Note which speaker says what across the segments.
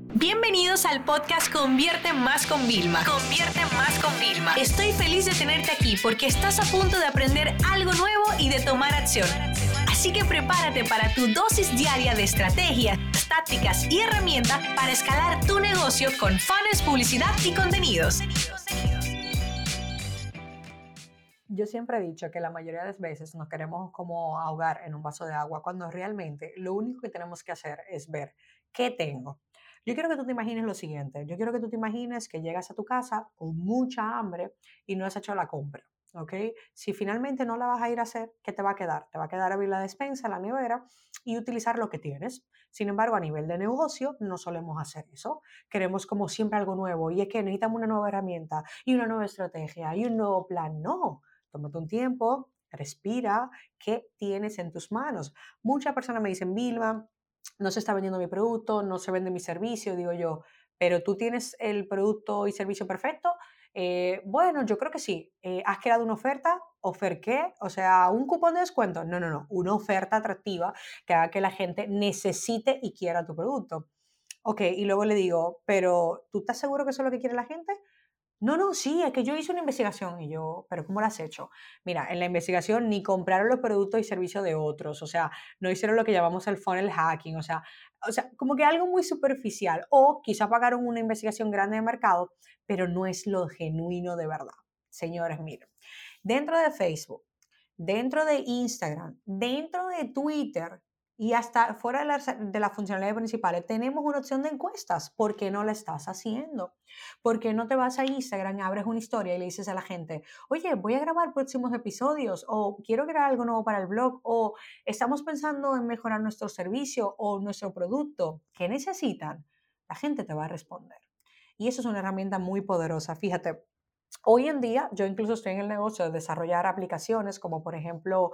Speaker 1: Bienvenidos al podcast Convierte Más con Vilma. Convierte Más con Vilma. Estoy feliz de tenerte aquí porque estás a punto de aprender algo nuevo y de tomar acción. Así que prepárate para tu dosis diaria de estrategias, tácticas y herramientas para escalar tu negocio con funnels, publicidad y contenidos.
Speaker 2: Yo siempre he dicho que la mayoría de las veces nos queremos como ahogar en un vaso de agua cuando realmente lo único que tenemos que hacer es ver qué tengo. Yo quiero que tú te imagines lo siguiente. Yo quiero que tú te imagines que llegas a tu casa con mucha hambre y no has hecho la compra. ¿Ok? Si finalmente no la vas a ir a hacer, ¿qué te va a quedar? Te va a quedar abrir la despensa, la nevera y utilizar lo que tienes. Sin embargo, a nivel de negocio, no solemos hacer eso. Queremos como siempre algo nuevo y es que necesitamos una nueva herramienta y una nueva estrategia y un nuevo plan. No. Tómate un tiempo, respira, ¿qué tienes en tus manos? Muchas personas me dicen, Vilma, no se está vendiendo mi producto, no se vende mi servicio, digo yo, pero tú tienes el producto y servicio perfecto. Bueno, yo creo que sí. ¿Has creado una oferta? ¿Ofer qué? O sea, ¿un cupón de descuento? No. Una oferta atractiva que haga que la gente necesite y quiera tu producto. Ok, y luego le digo, pero ¿tú estás seguro que eso es lo que quiere la gente? No, sí, es que yo hice una investigación y yo, pero ¿cómo la has hecho? Mira, en la investigación ni compraron los productos y servicios de otros, o sea, no hicieron lo que llamamos el funnel hacking, o sea, como que algo muy superficial, o quizá pagaron una investigación grande de mercado, pero no es lo genuino de verdad. Señores, miren, dentro de Facebook, dentro de Instagram, dentro de Twitter y hasta fuera de las funcionalidades principales, tenemos una opción de encuestas. ¿Por qué no la estás haciendo? ¿Por qué no te vas a Instagram, abres una historia y le dices a la gente, oye, voy a grabar próximos episodios o quiero crear algo nuevo para el blog o estamos pensando en mejorar nuestro servicio o nuestro producto? ¿Qué necesitan? La gente te va a responder. Y eso es una herramienta muy poderosa. Fíjate, hoy en día yo incluso estoy en el negocio de desarrollar aplicaciones como por ejemplo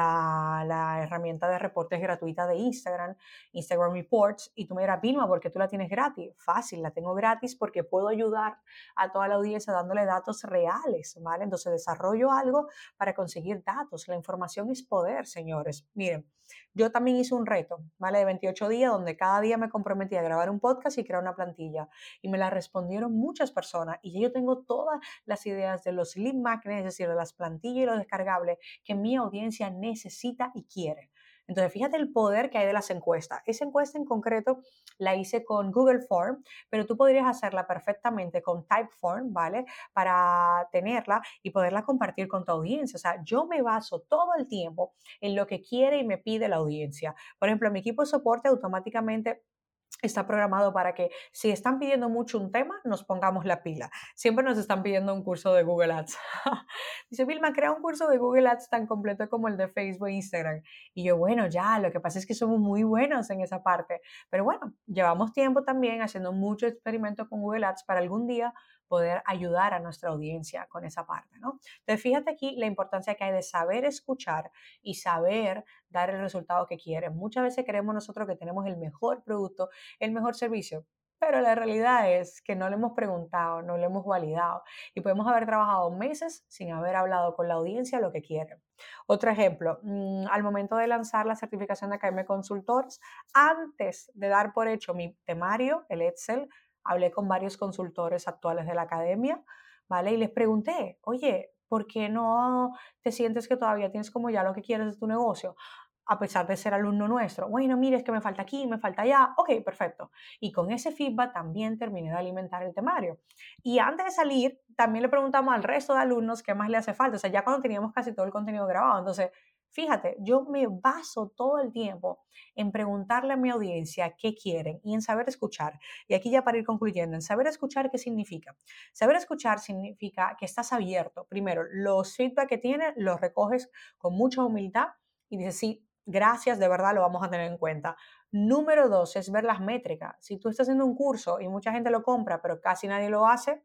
Speaker 2: la herramienta de reportes gratuita de Instagram, Instagram Reports, y tú me dirás, Vilma, ¿por qué tú la tienes gratis? Fácil, la tengo gratis porque puedo ayudar a toda la audiencia dándole datos reales, ¿vale? Entonces desarrollo algo para conseguir datos. La información es poder, señores. Miren, yo también hice un reto, ¿vale? De 28 días donde cada día me comprometí a grabar un podcast y crear una plantilla y me la respondieron muchas personas y yo tengo todas las ideas de los lead magnets, es decir, de las plantillas y los descargables que mi audiencia necesita y quiere. Entonces, fíjate el poder que hay de las encuestas. Esa encuesta en concreto la hice con Google Form, pero tú podrías hacerla perfectamente con Typeform, ¿vale? Para tenerla y poderla compartir con tu audiencia. O sea, yo me baso todo el tiempo en lo que quiere y me pide la audiencia. Por ejemplo, mi equipo de soporte automáticamente está programado para que si están pidiendo mucho un tema, nos pongamos la pila. Siempre nos están pidiendo un curso de Google Ads. Dice, Vilma, crea un curso de Google Ads tan completo como el de Facebook e Instagram. Y yo, bueno, ya, lo que pasa es que somos muy buenos en esa parte. Pero bueno, llevamos tiempo también haciendo mucho experimento con Google Ads para algún día poder ayudar a nuestra audiencia con esa parte, ¿no? Entonces, fíjate aquí la importancia que hay de saber escuchar y saber dar el resultado que quieren. Muchas veces creemos nosotros que tenemos el mejor producto, el mejor servicio, pero la realidad es que no le hemos preguntado, no le hemos validado y podemos haber trabajado meses sin haber hablado con la audiencia lo que quieren. Otro ejemplo, al momento de lanzar la certificación de Academia de Consultores, antes de dar por hecho mi temario, el Excel, hablé con varios consultores actuales de la academia, ¿vale? Y les pregunté, oye, ¿por qué no te sientes que todavía tienes como ya lo que quieres de tu negocio? A pesar de ser alumno nuestro. Bueno, mire, es que me falta aquí, me falta allá. Ok, perfecto. Y con ese feedback también terminé de alimentar el temario. Y antes de salir, también le preguntamos al resto de alumnos qué más le hace falta. O sea, ya cuando teníamos casi todo el contenido grabado. Entonces, fíjate, yo me baso todo el tiempo en preguntarle a mi audiencia qué quieren y en saber escuchar. Y aquí ya para ir concluyendo, en saber escuchar, ¿qué significa? Saber escuchar significa que estás abierto. Primero, los feedback que tienes los recoges con mucha humildad y dices, sí, gracias, de verdad lo vamos a tener en cuenta. Número 2 es ver las métricas. Si tú estás haciendo un curso y mucha gente lo compra, pero casi nadie lo hace,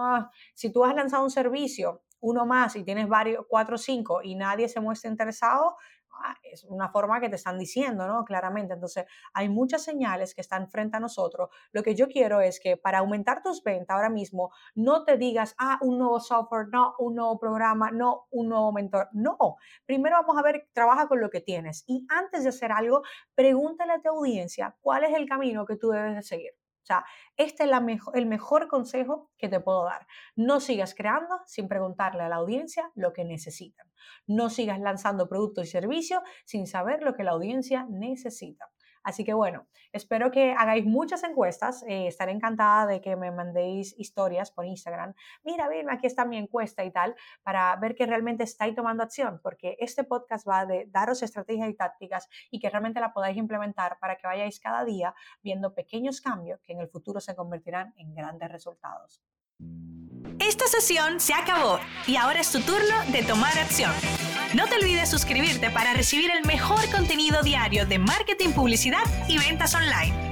Speaker 2: si tú has lanzado un servicio, uno más y tienes varios, 4 o 5 y nadie se muestra interesado, es una forma que te están diciendo, ¿no? Claramente. Entonces, hay muchas señales que están frente a nosotros. Lo que yo quiero es que para aumentar tus ventas ahora mismo, no te digas, un nuevo software, no, un nuevo programa, no, un nuevo mentor. No, primero vamos a ver, trabaja con lo que tienes. Y antes de hacer algo, pregúntale a tu audiencia cuál es el camino que tú debes de seguir. O sea, este es el mejor consejo que te puedo dar. No sigas creando sin preguntarle a la audiencia lo que necesitan. No sigas lanzando productos y servicios sin saber lo que la audiencia necesita. Así que bueno, espero que hagáis muchas encuestas. Estaré encantada de que me mandéis historias por Instagram. Mira, Vilma, aquí está mi encuesta y tal, para ver que realmente estáis tomando acción, porque este podcast va de daros estrategias y tácticas y que realmente la podáis implementar para que vayáis cada día viendo pequeños cambios que en el futuro se convertirán en grandes resultados.
Speaker 1: Esta sesión se acabó y ahora es tu turno de tomar acción. No te olvides suscribirte para recibir el mejor contenido diario de marketing, publicidad y ventas online.